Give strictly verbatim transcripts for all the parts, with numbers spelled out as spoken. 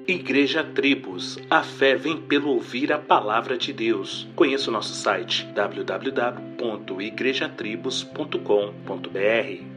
Igreja Tribos, a fé vem pelo ouvir a palavra de Deus. Conheça o nosso site w w w ponto igreja tribos ponto com ponto b r.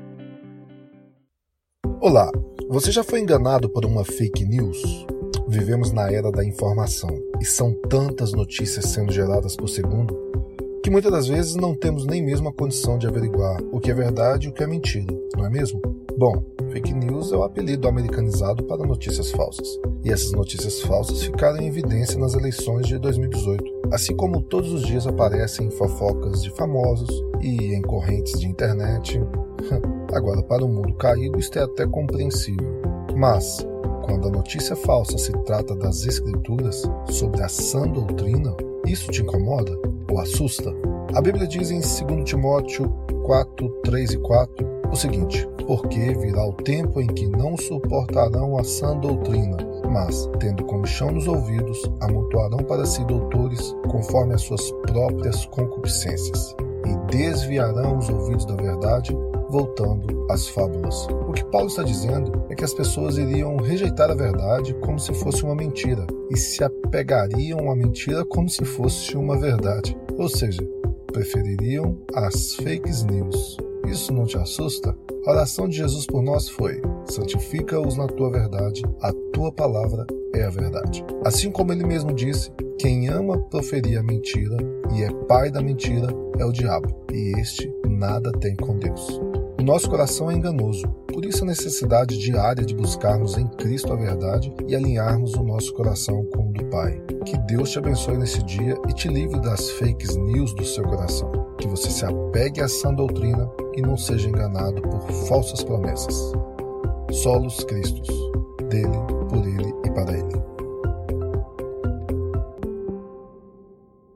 Olá, você já foi enganado por uma fake news? Vivemos na era da informação e são tantas notícias sendo geradas por segundo que muitas das vezes não temos nem mesmo a condição de averiguar o que é verdade e o que é mentira, não é mesmo? Bom, fake news é o apelido americanizado para notícias falsas. E essas notícias falsas ficaram em evidência nas eleições de dois mil e dezoito, assim como todos os dias aparecem fofocas de famosos e em correntes de internet. Agora, para o mundo caído, isto é até compreensível. Mas, quando a notícia falsa se trata das escrituras sobre a sã doutrina, isso te incomoda ou assusta? A Bíblia diz em dois Timóteo quatro, três e quatro o seguinte: porque virá o tempo em que não suportarão a sã doutrina, mas, tendo comichão nos ouvidos, amontoarão para si doutores conforme as suas próprias concupiscências, e desviarão os ouvidos da verdade, voltando às fábulas. O que Paulo está dizendo é que as pessoas iriam rejeitar a verdade como se fosse uma mentira, e se apegariam à mentira como se fosse uma verdade. Ou seja, prefeririam as fake news. Isso não te assusta? A oração de Jesus por nós foi: santifica-os na tua verdade, a tua palavra é a verdade. Assim como ele mesmo disse, quem ama proferir a mentira e é pai da mentira é o diabo, e este nada tem com Deus. O nosso coração é enganoso, por isso a necessidade diária de buscarmos em Cristo a verdade e alinharmos o nosso coração com o do Pai. Que Deus te abençoe nesse dia e te livre das fake news do seu coração. Que você se apegue à sã doutrina e não seja enganado por falsas promessas. Solos Christus, dele